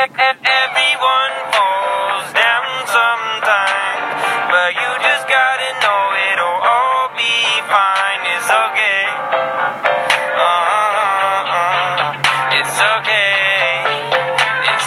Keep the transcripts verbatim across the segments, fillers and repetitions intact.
Everyone falls down sometimes, but you just gotta know it'll all be fine. It's okay. Uh, it's okay. It's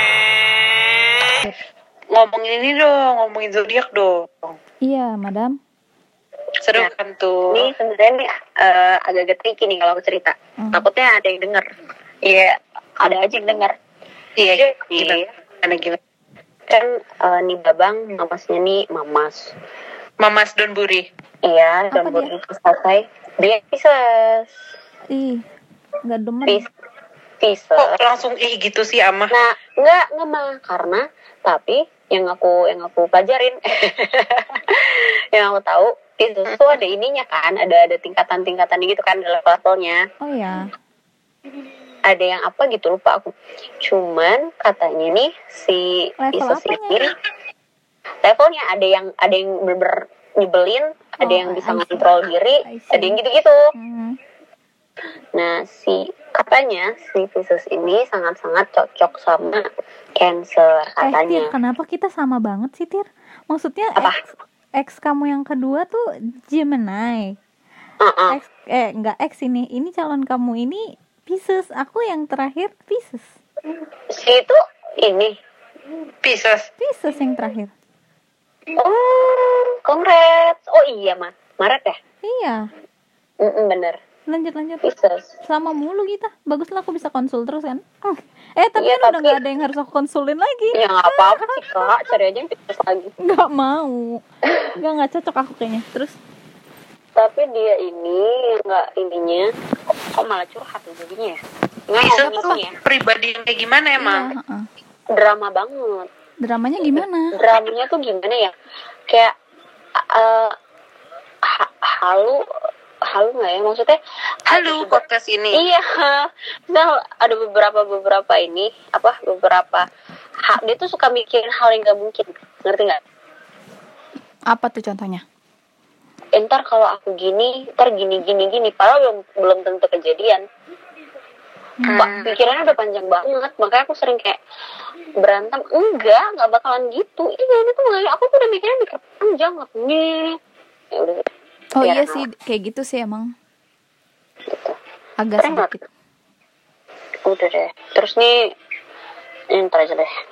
okay. Ngomongin ini dong, ngomongin zodiak dong. Iya, madam. Seru kan tuh. Ini sebenarnya nih uh, agak-agak tricky nih kalau aku cerita. Hmm. Takutnya ada yang denger. Iya, ada aja yang denger. Iya, Jadi, gimana? Gimana gimana? kan uh, nih babang mamasnya nih mamas. Mamas Donburi. Iya, Apa dan dia? baru itu selesai. Dia Pisces. Ih, nggak demen. Pis Pisces. Kok langsung ih gitu sih Amah? Nah, enggak, enggak mah karena tapi yang aku yang aku pelajarin yang aku tahu itu tuh ada ininya kan, ada ada tingkatan-tingkatan gitu kan, ada level-levelnya. Oh ya. Ada yang apa gitu lupa aku. Cuman katanya nih si Level Pisces apanya? ini levelnya ada yang ada yang bener nyebelin, ada Oh, yang bisa I see. ngontrol diri, I see. ada yang gitu-gitu. Hmm. Nah, si katanya si Pisces ini sangat-sangat cocok sama Cancer Eh, Tir, katanya. kenapa kita sama banget sih, Tir? Maksudnya Apa? ex, ex kamu yang kedua tuh Gemini. Uh-uh. Ex, eh, enggak ex ini. Ini calon kamu ini Pisces. Aku yang terakhir Pisces. Si itu ini. Pisces. Pisces yang terakhir. Oh, congrats. Oh iya, mah. Maret ya? Iya. Mm-mm, bener. Lanjut, lanjut. Pisces. Sama mulu kita. Baguslah aku bisa konsul terus kan. Hmm. Eh, tapi Iya, kan udah tapi- nggak ada yang harus aku konsulin lagi. Ya nggak apa-apa sih, Kak. Cari aja yang Pisces lagi. Nggak mau. Nggak, nggak cocok aku kayaknya. Terus, Tapi dia ini nggak ininya. Kok, kok malah curhat ya jadinya ya? Nggak, Pisces ngomong tuh ya. pribadi yang kayak gimana emang? iya, heeh. Drama banget. Dramanya gimana? Dramanya tuh gimana ya? Kayak uh, ha- halu halu nggak ya maksudnya? Halo, podcast ini. Iya, nah ada beberapa beberapa ini apa beberapa hal dia tuh suka mikirin hal yang nggak mungkin, ngerti nggak? Apa tuh contohnya? Entar kalau aku gini, ntar gini gini gini, padahal belum belum tentu kejadian. Pak, pikirannya udah panjang banget, makanya aku sering kayak berantem. Enggak, nggak bakalan gitu. Iya, ini tuh nggak, aku tuh udah mikirnya mikir panjang lah. Nih, ya udah. Oh biarin iya lah, sih, kayak gitu sih emang. Gitu. Agak Keren nggak? sedikit. Udah deh. Terus nih, ini ntar aja deh.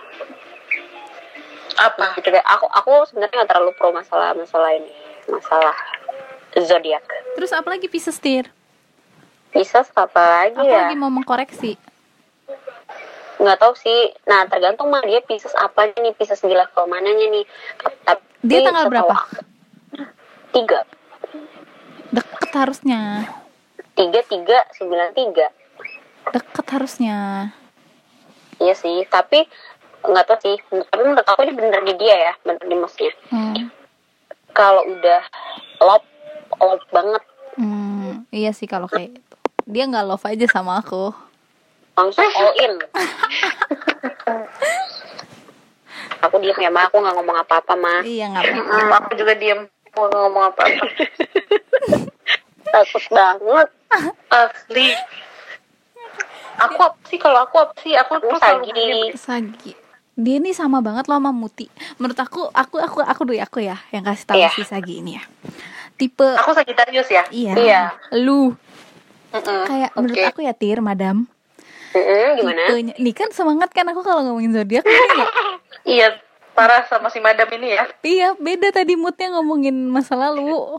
Apa? Gitu deh. Aku aku sebenarnya nggak terlalu pro masalah masalah ini, masalah zodiak. Terus apa lagi Pisces, Tir? Pisces apa lagi Aku ya? lagi mau mengkoreksi. Nggak tahu sih. Nah, tergantung mah dia Pisces apa nih, Pisces di level mananya nih. Tapi Dia tanggal setahu berapa? aku- Tiga. Deket harusnya. Tiga, tiga, sembilan, tiga. Deket harusnya. Iya sih, tapi nggak tahu sih. Tapi menurut aku ini bener di dia ya, bener di masnya. Hmm. Kalau udah love, love banget, Hmm, iya sih kalau kayak gitu. Dia nggak love aja sama aku. langsung all in. Aku diem ya, Ma. Aku nggak ngomong apa-apa, Ma. Iya nggak apa-apa. Hmm, aku juga diem. Mau ngomong apa-apa. Takut banget. Asli. Aku apa sih? Kalau aku apa sih? Aku Aku tuh selalu Sagi. begini. Sagi. Dia ini sama banget loh sama Muti. Menurut aku, aku aku aku dulu ya, aku ya yang kasih tahu Iya. si Sagi ini ya. Tipe Aku Sagittarius ya. iya. Iya. Lu Mm-mm. kayak menurut Oke. aku ya Tir, madam. Mm-mm, gimana? Tipenya, nih kan semangat kan aku kalau ngomongin zodiak nih nggak? Iya, parah sama si madam ini ya. Iya, beda tadi moodnya ngomongin masa lalu.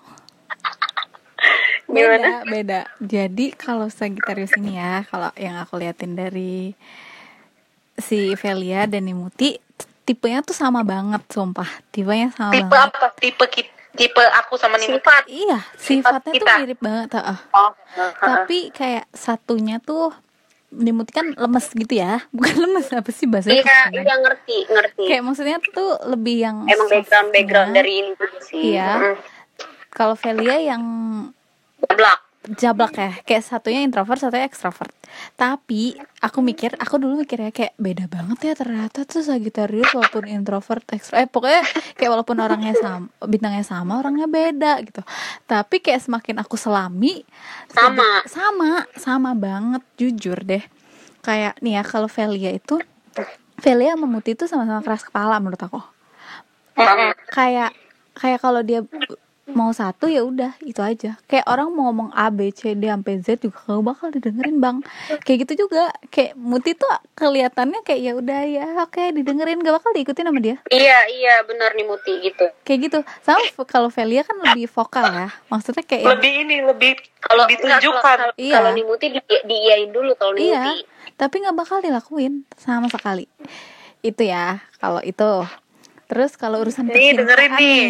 Gimana? Beda, beda. Jadi kalau Sagittarius ini ya, kalau yang aku liatin dari si Velia dan Nimuti, tipenya tuh sama banget, sumpah. Tipenya sama Tipe banget. apa? Tipe ki- tipe aku sama Nimu. Sifat. Iya, sifatnya tuh kita. mirip banget. heeh. Oh, Tapi kayak satunya tuh Nimuti kan lemes gitu ya, bukan lemes apa sih bahasanya? iya, iya ngerti, ngerti. Kayak maksudnya tuh lebih yang Emang background background softnya. dari ini juga sih. Iya. Mm. Kalau Velia yang Black. jablak ya, kayak satunya introvert, satunya ekstrovert. Tapi aku mikir, aku dulu mikirnya kayak beda banget ya ternyata tuh Sagittarius walaupun introvert, ekstrovert, eh pokoknya kayak walaupun orangnya sama, bintangnya sama, orangnya beda gitu. Tapi kayak semakin aku selami, Sama. sama, sama banget, jujur deh. Kayak nih ya kalau Velia itu Velia sama Muti itu sama-sama keras kepala menurut aku. Kayak kayak kalau dia mau satu ya udah itu aja. Kayak orang mau ngomong A B C D sampai Z juga gak bakal didengerin bang. Kayak gitu juga. Kayak Muti tuh kelihatannya kayak ya udah ya oke didengerin, gak bakal diikutin sama dia. Iya iya benar nih Muti gitu. Kayak gitu. Sama kalau Velia kan lebih vokal ya. Maksudnya kayak yang- Lebih ini lebih Kalau lebih tunjukkan. Kalau, Iya. kalau nih Muti di, diiyain dulu kalau nih iya. Muti. Tapi nggak bakal dilakuin sama sekali. Itu ya kalau itu. Terus kalau urusan Nih, dengerin percintaan nih.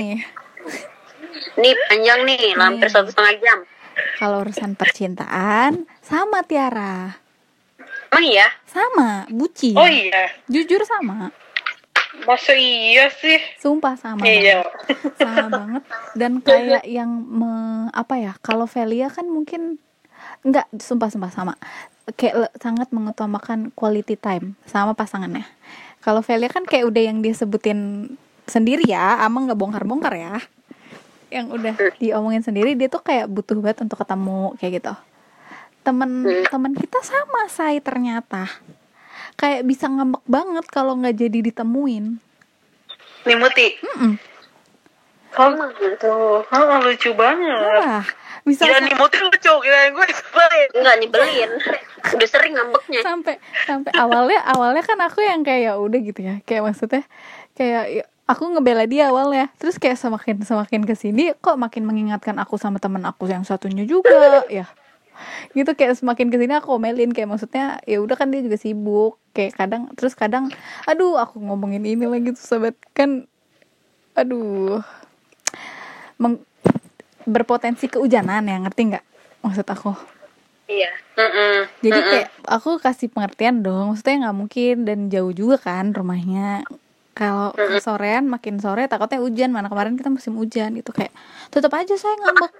Nih panjang nih, hampir Nih. satu setengah jam. Kalau urusan percintaan sama Tiara. Emang iya? Sama, bucin. Oh iya, Jujur sama. masa iya sih? Sumpah sama Iya. banget. Sama banget. Dan kayak yang me, apa ya? Kalau Velia kan mungkin enggak, sumpah sumpah sama. Kayak le- sangat mengutamakan quality time sama pasangannya. Kalau Velia kan kayak udah yang dia sebutin sendiri ya, ama nggak bongkar-bongkar ya. Yang udah diomongin sendiri, dia tuh kayak butuh banget untuk ketemu kayak gitu. Temen-temen kita sama say ternyata. Kayak bisa ngambek banget kalau nggak jadi ditemuin. Nih Muti. Mm-mm. Oh tuh, oh, lucu banget. Wah, bisa Gila nih Muti lucu, gila gue sebelin. Enggak nyebelin. Udah sering ngambeknya. sampai sampai awalnya awalnya kan aku yang kayak ya udah gitu ya, kayak maksudnya kayak ya, aku ngebela dia awalnya, terus kayak semakin semakin kesini kok makin mengingatkan aku sama teman aku yang satunya juga ya gitu, kayak semakin kesini aku omelin kayak maksudnya ya udah kan dia juga sibuk kayak kadang, terus kadang aduh aku ngomongin ini lagi tuh sobat kan, aduh meng- berpotensi kehujanan ya, ngerti nggak maksud aku? Iya. Mm-mm. Jadi Mm-mm. kayak aku kasih pengertian dong, maksudnya nggak mungkin dan jauh juga kan rumahnya. Kalau sorean makin sore takutnya hujan, mana kemarin kita musim hujan itu kayak tetap aja saya ngambek.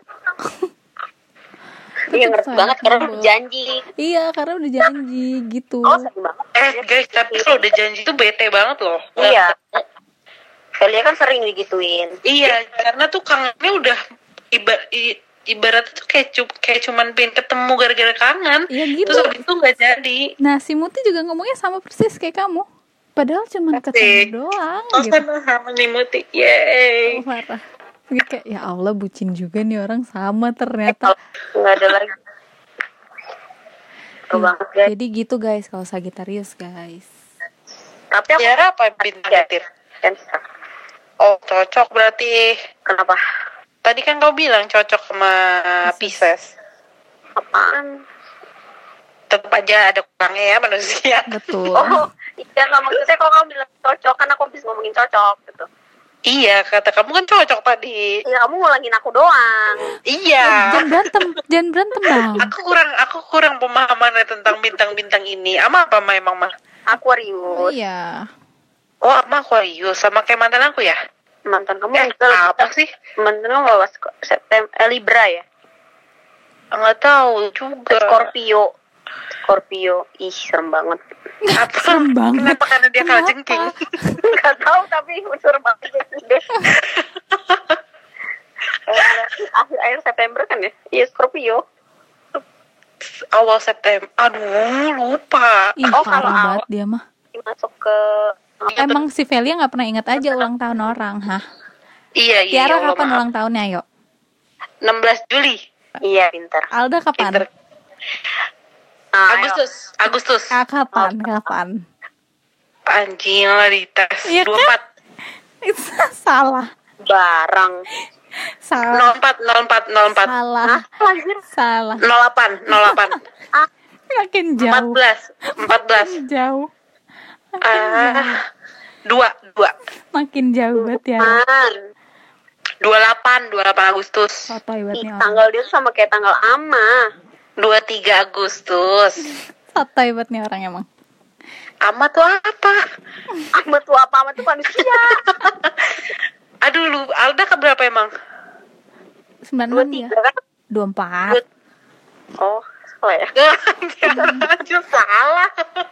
Iya Tetep ngerti saya banget karena ngambek. udah janji. Iya karena udah janji gitu. Oh sering banget. Eh guys, tapi kalau udah janji tuh bete banget loh. Iya. Velia kan sering digituin. Iya, karena tuh kangennya udah iba, i, ibarat tuh kayak cu, kayak cuman pengen ketemu gara-gara kangen. Iya gitu. Terus habis itu nggak jadi. Nah si Muti juga ngomongnya sama persis kayak kamu. Padahal cuma Asik. ketemu doang Oh gitu. sama sama nih Muti, yeay. Oh, parah. Jadi kayak ya Allah bucin juga nih orang sama ternyata. Enggak ada lagi. Tuh Ya, banget guys. jadi gitu guys kalau Sagittarius guys. Tapi aku Tiara apa bintang Tiara? kan Oh cocok berarti. kenapa? Tadi kan kau bilang cocok sama Pisces. Apaan? Tetap aja ada kurangnya ya manusia. Betul. Oh, iya nggak maksudnya kalau kamu bilang cocok kan aku habis ngomongin cocok gitu. Iya, kata kamu kan cocok tadi. Iya kamu ngulangin aku doang. Iya. Jangan berantem, jangan berantem bang. Aku kurang aku kurang pemahamannya tentang bintang-bintang ini. Ama apa mah emang mah? Aquarius. Iya. Oh, ama Aquarius sama kayak mantan aku ya? Mantan kamu Eh, juga apa sih? mantan kamu nggak was September eh, Libra ya? Enggak tahu juga. Scorpio. Scorpio. Ih serem banget. Apa? Serem banget. Kenapa karena dia kalah Kenapa? jengking? Nggak tahu tapi serem banget deh. akhir akhir September kan ya? Iya Scorpio. Awal September. Aduh, lupa. Ih Oh, parah kalau banget dia mah. Masuk ke Emang si Velia nggak pernah ingat aja ulang tahun orang, hah? Iya, iya. Tiara Allah, kapan maaf. ulang tahunnya, yuk? enam belas Juli. Iya pintar. Alda kapan? Pinter. Ah, ayo. Agustus, Agustus. Ah, kapan? Kapan? Anjing lah di tes. Iya dua puluh empat. Itu salah. Barang. Salah. nol empat, nol empat, nol empat. Salah. Anjir. Salah. nol delapan, nol delapan. Makin empat jauh. belas, empat belas. Makin jauh. Ah, dua, dua. Makin jauh banget ya. Man. dua puluh delapan, dua puluh delapan Agustus. Soto Ih, hebatnya orang. tanggal dia tuh sama kayak tanggal Ama. dua puluh tiga Agustus. Soto hebatnya orang emang. Ama tuh apa? Ama tuh apa? Ama tuh manusia. Aduh, lu Alda ke berapa emang? sembilan Dua enam ya. tiga kan? dua puluh empat. Oh, salah ya. Jangan salah.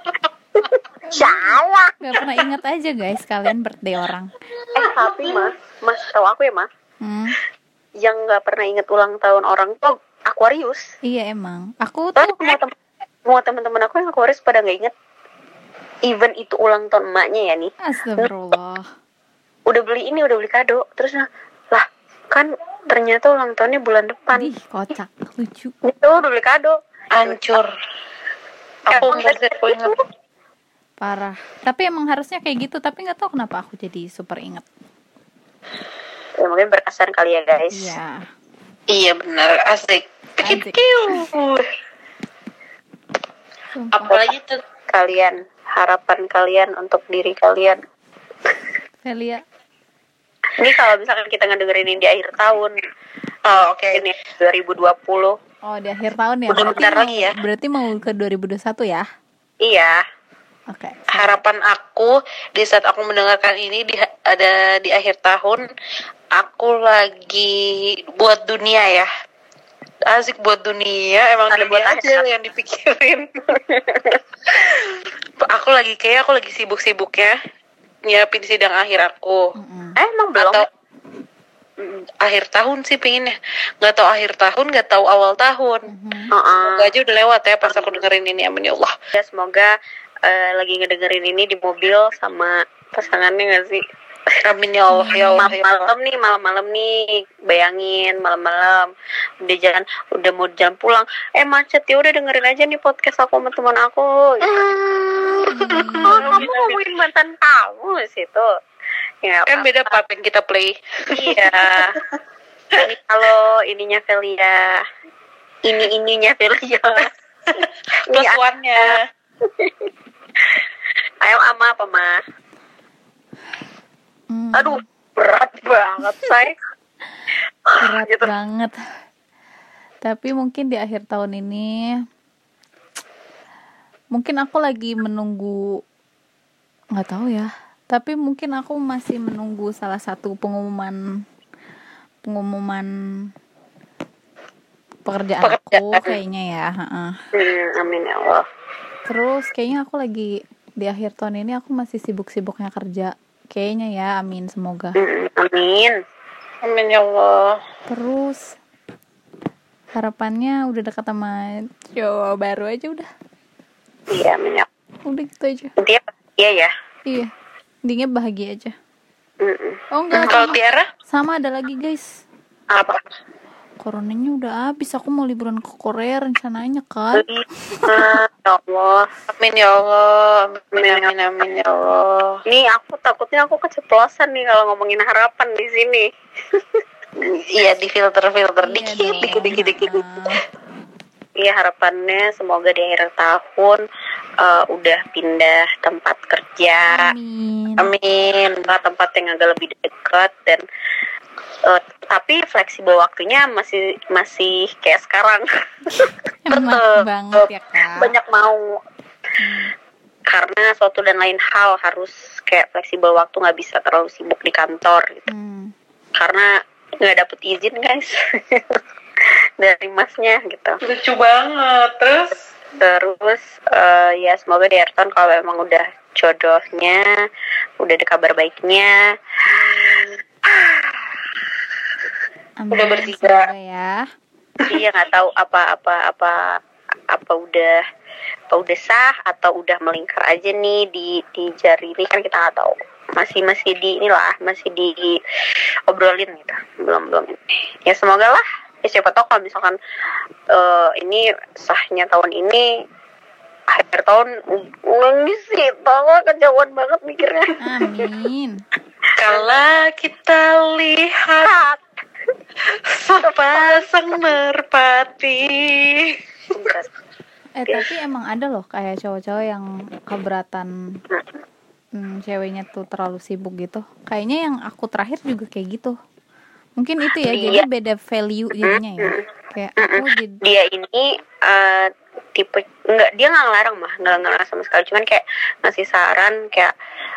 Salah. Gak pernah ingat aja guys kalian birthday orang. Eh tapi mas, mas tahu aku ya mas, Hmm. yang nggak pernah inget ulang tahun orang tuh Aquarius. Iya emang. Aku Tapi tuh semua tem semua teman-teman aku yang Aquarius pada nggak inget. even itu ulang tahun emaknya ya nih, Astagfirullah. udah beli ini, udah beli kado, terus nah, lah kan ternyata ulang tahunnya bulan depan. Ih, kocak, lucu. Itu udah beli kado. Hancur. Aku Emang nggak dari aku ingat. itu. Parah. Tapi emang harusnya kayak gitu, tapi nggak tahu kenapa aku jadi super inget. Ya mungkin berkesan kali ya guys. Iya. Iya benar, asik. Asik. Sumpah. Apalagi tuh Kalian, harapan kalian untuk diri kalian. Velia. Ini kalau misalkan kita ngedengerin ini di akhir tahun, oh, oke. ini dua ribu dua puluh. Oh, di akhir tahun ya. Udah Berarti bentar mau, lagi ya. Berarti mau ke dua ribu dua puluh satu ya? Iya. Oke. Harapan aku di saat aku mendengarkan ini di, ada di akhir tahun, aku lagi buat dunia ya. Asik buat dunia, emang Ada dunia buat aja akhirat. yang dipikirin. Aku lagi kayak aku lagi sibuk-sibuknya nyiapin sidang akhir aku. Mm-mm. Eh, emang belum? Atau mm, akhir tahun sih pengennya. Nggak tahu akhir tahun, nggak tahu awal tahun. Mhm. Heeh. Semoga aja udah lewat ya pas aku dengerin ini, amin ya Allah. Ya semoga eh, lagi ngedengerin ini di mobil sama pasangannya nggak sih? Amin ya Allah, ya Allah, ya Allah. Malam-malam nih, malam-malam nih, bayangin malam-malam udah jalan, udah mau jalan pulang, eh macet, ya udah dengerin aja nih podcast aku sama teman aku. Oh, kamu ngomongin mantan kamu di situ. Ya, Kan beda part yang kita play. Iya. Ini kalau ininya Velia, ini ininya Velia. Plus Ini one-nya. Ayo ama apa mah? Hmm, Aduh, berat banget say. berat gitu. banget. Tapi mungkin di akhir tahun ini mungkin aku lagi menunggu, nggak tahu ya. Tapi mungkin aku masih menunggu salah satu pengumuman pengumuman pekerjaan aku Pekerjaan. kayaknya ya. Heeh. Hmm, amin ya Allah. Terus kayaknya aku lagi di akhir tahun ini aku masih sibuk-sibuknya kerja. Kayaknya ya, amin, semoga. Hmm, amin. Amin ya Allah. Terus harapannya udah dekat sama cowok baru aja udah. Iya, amin ya. Udah gitu aja. Intinya iya ya. Iya. Intinya bahagia aja. Mm-mm. Oh enggak, Kalau sama, Tiara? sama ada lagi guys. Apa? Coronanya udah habis, aku mau liburan ke Korea rencananya kan. Ah, ya Allah. Amin ya Allah. Amin, amin, amin ya Allah. Nih aku takutnya aku keceplosan nih kalau ngomongin harapan di sini. Iya, di filter-filter Iya dikit, dong. dikit, dikit, dikit. Nah, Iya, harapannya semoga di akhir tahun eh, udah pindah tempat kerja. amin. Amin. Ke tempat yang agak lebih dekat dan eh, tapi fleksibel waktunya masih masih kayak sekarang. Emak Tetep. banget ya kak. Banyak mau. Karena suatu dan lain hal harus kayak fleksibel waktu, nggak bisa terlalu sibuk di kantor gitu. Hmm. Karena nggak dapet izin guys dari masnya gitu. Lucu banget. Terus? Terus eh, ya semoga di akhir tahun kalau memang udah jodohnya, udah ada kabar baiknya. Amin. Udah bertiga. Semoga ya. Iya, nggak tahu apa apa apa apa udah apa udah sah atau udah melingkar aja nih di di jari ini, kan kita nggak tahu. Masih masih di inilah masih di obrolin gitu. Belum belum ya semoga lah. Ya siapa tahu kalau misalkan eh, ini sahnya tahun ini, akhir tahun nangis sih, tahu kejauhan banget mikirnya. Amin. Kalau kita lihat sepasang merpati. Eh tapi emang ada loh kayak cowok-cowok yang keberatan hmm, ceweknya tuh terlalu sibuk gitu. Kayaknya yang aku terakhir juga kayak gitu. Mungkin itu ya, Iya. jadi beda value jadinya ya. Kayak aku jadi Dia ini eh, tipe enggak, dia nggak ngelarang mah, nggak ngelarang sama sekali, cuman kayak ngasih saran kayak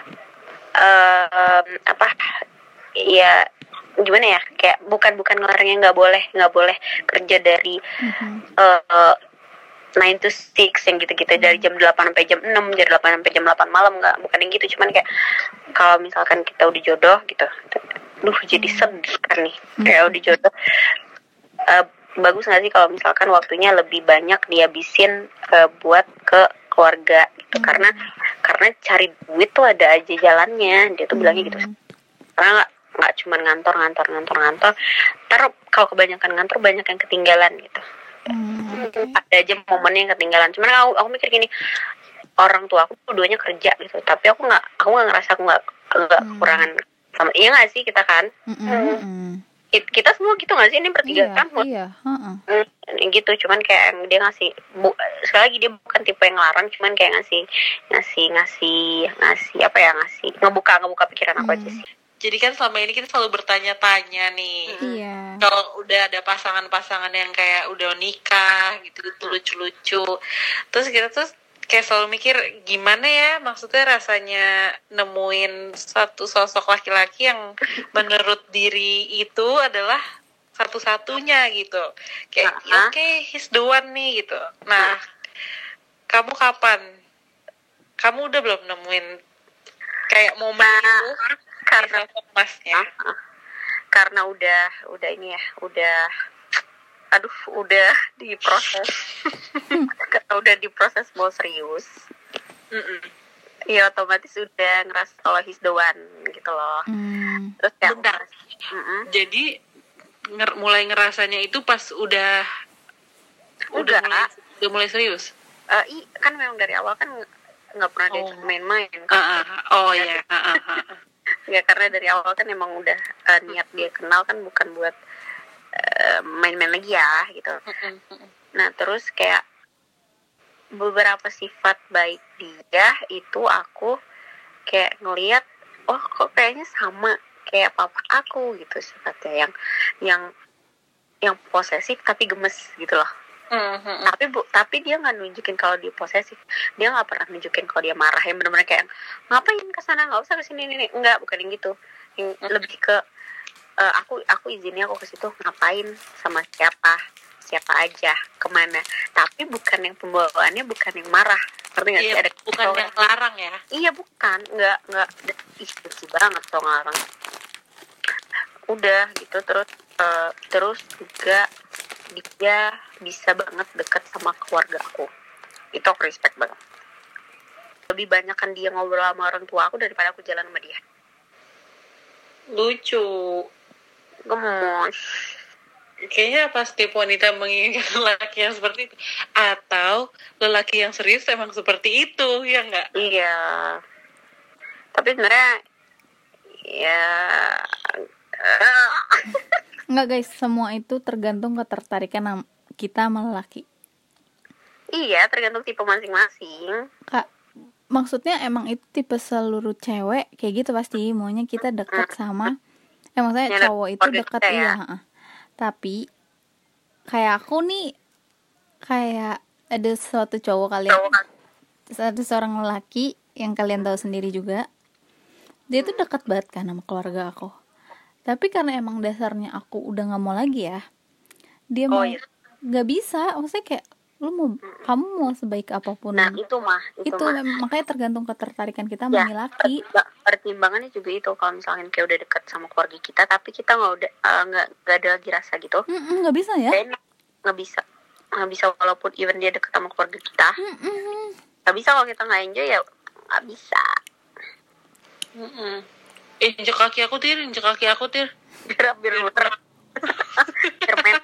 eh, apa ya gimana ya, kayak bukan bukan ngelarangnya nggak boleh nggak boleh kerja dari Mhm. eh, nine to six yang gitu-gitu, dari jam delapan sampai jam enam, dari delapan sampai jam delapan malam, nggak, bukan yang gitu, cuman kayak kalau misalkan kita udah jodoh gitu, duh jadi sedih kan nih, kayak udah jodoh, eh, bagus nggak sih kalau misalkan waktunya lebih banyak dihabisin eh, buat ke keluarga gitu, karena karena karena cari duit tuh ada aja jalannya, dia tuh bilangnya gitu. Hmm. Karena nggak nggak cuma ngantor ngantor ngantor ngantor, ntar kalau kebanyakan ngantor banyak yang ketinggalan gitu. Hmm, oke. Ada aja momen yang ketinggalan. Cuman aku, aku mikir gini, orang tua aku duanya kerja gitu, tapi aku nggak aku nggak ngerasa aku nggak nggak Hmm. kekurangan sama, iya nggak sih kita kan. Mm-mm, mm-mm. It- kita semua gitu nggak sih, ini bertiga Iya, kan. iya, heeh. Hmm, gitu. Cuman kayak yang dia ngasih bu, sekali lagi dia bukan tipe yang ngelarang, cuman kayak ngasih ngasih ngasih ngasih apa ya, ngasih ngebuka ngebuka pikiran aku aja Hmm. sih. Jadi kan selama ini kita selalu bertanya-tanya nih, Iya. kalau udah ada pasangan-pasangan yang kayak udah nikah gitu, gitu lucu-lucu, terus kita tuh kayak selalu mikir gimana ya, maksudnya rasanya nemuin satu sosok laki-laki yang menurut diri itu adalah satu-satunya gitu, kayak Nah. oke he's the one nih gitu. Nah, kamu kapan? Kamu udah belum nemuin kayak momen Nah, itu karena di sosok masnya? Ah, karena udah udah ini ya, udah aduh udah diproses karena udah diproses mau serius, Mm-mm. ya otomatis udah ngerasa kalau he's the one gitu loh. Hmm. Terus kayak Bentar. Mm-mm. Jadi nger- mulai ngerasanya itu pas udah udah Enggak. mulai udah mulai serius. Eh, i, kan memang dari awal kan nggak- nggak pernah Oh. diajak main-main Ah, kan. ah, oh ya, ah, ah, ah. Ya karena dari awal kan emang udah eh, niat dia kenal kan bukan buat eh, main-main lagi ya gitu. Mm-mm, mm-mm. Nah terus kayak beberapa sifat baik dia itu aku kayak ngelihat, oh kok kayaknya sama kayak papa aku gitu sifatnya, yang yang yang posesif tapi gemes gitu loh. Mm-mm. Tapi bu, tapi dia nggak nunjukin kalau dia posesif, dia nggak pernah nunjukin kalau dia marah, yang benar-benar kayak ngapain kesana, nggak usah kesini ini, enggak, bukan yang gitu. Yang lebih ke eh, aku aku izinnya aku ke situ ngapain, sama siapa siapa aja, kemana, tapi bukan yang pembawaannya bukan yang marah, ngerti nggak sih? Iya, Ada bukan yang larang ya. iya bukan, nggak nggak ih benci banget so ngarang. Udah gitu terus eh, terus juga dia bisa banget deket sama keluarga aku, itu aku respect banget. Lebih banyak kan dia ngobrol sama orang tua aku daripada aku jalan sama dia. Lucu. Gemes. Kayaknya pas tipe wanita menginginkan lelaki yang seperti itu, atau lelaki yang serius emang seperti itu, ya nggak? Iya. Tapi sebenarnya ya eh, Enggak guys, semua itu tergantung ketertarikan nam- kita sama lelaki. iya tergantung tipe masing-masing. Kak, maksudnya emang itu tipe seluruh cewek kayak gitu pasti maunya kita dekat sama, eh maksudnya Yang cowok itu keluarga dekat kita ya. iya. heeh. Tapi kayak aku nih, kayak ada suatu cowok kalian, Cowok kan. satu seorang lelaki yang kalian tahu sendiri juga, dia tuh dekat banget kan sama keluarga aku. Tapi karena emang dasarnya aku udah nggak mau lagi ya, dia Oh, mau iya. nggak bisa, maksudnya kayak lu mau, kamu mau sebaik apapun Nah itu mah itu, itu mah mem- makanya tergantung ketertarikan kita ya, sama laki. pertimba- pertimbangannya juga itu, kalau misalnya kayak udah deket sama keluarga kita tapi kita nggak udah eh, nggak nggak ada lagi rasa gitu, Mm-mm, nggak bisa ya. kayaknya nggak bisa nggak bisa walaupun even dia deket sama keluarga kita Mm-mm. nggak bisa kalau kita nggak enjoy ya nggak bisa. Mm-mm. Eh, injek kaki aku tir, injek kaki aku tir. biar biar muter biar main.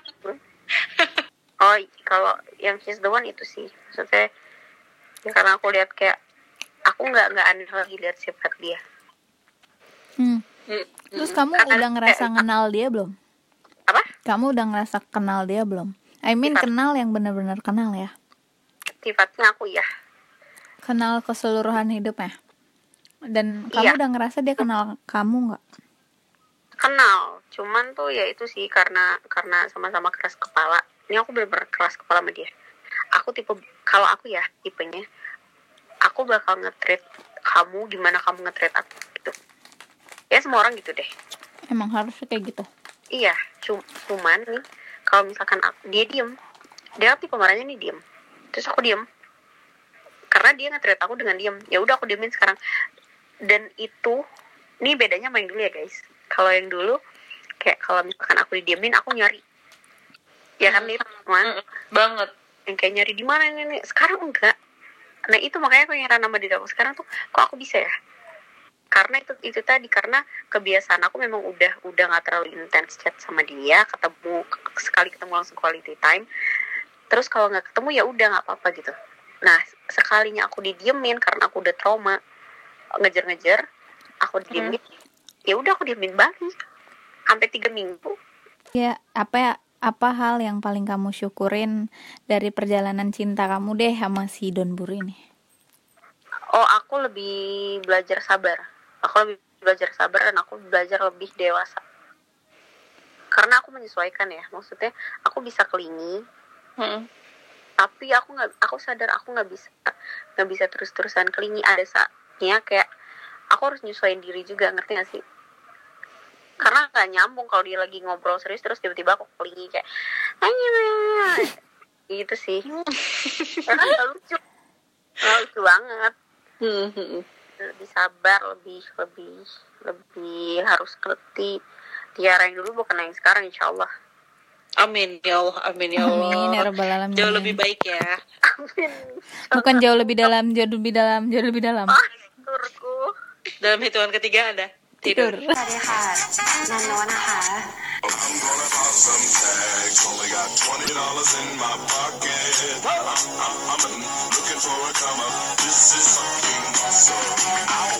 Oh kalau yang she's the one itu sih maksudnya ya, karena aku lihat kayak aku nggak nggak aneh lagi lihat sifat dia. Hmm. Mm-mm. Terus kamu Karena udah ngerasa kayak- kenal dia belum? Apa? Kamu udah ngerasa kenal dia belum? I mean Sifat. kenal yang benar-benar kenal ya. Sifatnya aku ya Kenal keseluruhan hidupnya. Dan kamu Iya. udah ngerasa dia kenal kamu nggak? kenal, cuman tuh ya itu sih karena karena sama-sama keras kepala. Ini aku bener-bener keras kepala sama dia. Aku tipe, kalau aku ya tipenya, aku bakal nge-treat kamu gimana kamu nge-treat aku gitu. Ya semua orang gitu deh. Emang harusnya kayak gitu. Iya, cum- cuman nih kalau misalkan aku, dia diem, dia tipe marahnya nih diem, terus aku diem, karena dia nge-treat aku dengan diem. Ya udah aku diemin sekarang. Dan itu, nih bedanya main dulu ya guys. Kalau yang dulu, kayak kalau misalkan aku didiemin, aku nyari. Ya kan itu, man. Mm-mm. Banget. Yang kayak nyari di mana ini, ini. Sekarang enggak. Nah itu makanya aku heran sama diri aku sekarang tuh, kok aku bisa ya? Karena itu itu tadi, karena kebiasaan aku memang udah udah nggak terlalu intens chat sama dia, ketemu sekali ketemu langsung quality time. Terus kalau nggak ketemu ya udah nggak apa-apa gitu. Nah sekalinya aku didiemin karena aku udah trauma, ngejar-ngejar, aku didiemin, hmm. ya udah aku diemin balik sampai tiga minggu. Ya apa ya? Apa hal yang paling kamu syukurin dari perjalanan cinta kamu deh sama si Don Buru ini? Oh, aku lebih belajar sabar. Aku lebih belajar sabar dan aku belajar lebih dewasa. Karena aku menyesuaikan ya, maksudnya aku bisa kelingi, hmm. tapi aku nggak, aku sadar aku nggak bisa, nggak bisa terus-terusan kelingi. Ada saatnya kayak aku harus nyesuaiin diri juga, ngerti nggak sih? Karena nggak nyambung kalau dia lagi ngobrol serius terus tiba-tiba aku kelingi kayak, ayo, gitu sih. Karena nggak lucu, nggak lucu banget. Lebih sabar, lebih lebih lebih harus ngerti Tiara yang dulu bukan yang sekarang, insya Allah. Amin ya Allah, amin ya Allah. Amin ya Rabbal Alamin. Jauh lebih baik ya. Amin. Bukan jauh lebih dalam, jauh lebih dalam, jauh lebih dalam. Ah, tidurku. Dalam hitungan ketiga ada tidur. ติดสวัสดีค่ะนันโนนะคะ I'm gonna pop some tags. Only got twenty dollars in my pocket. I'm, I'm, I'm looking for a come up. This is fucking awesome.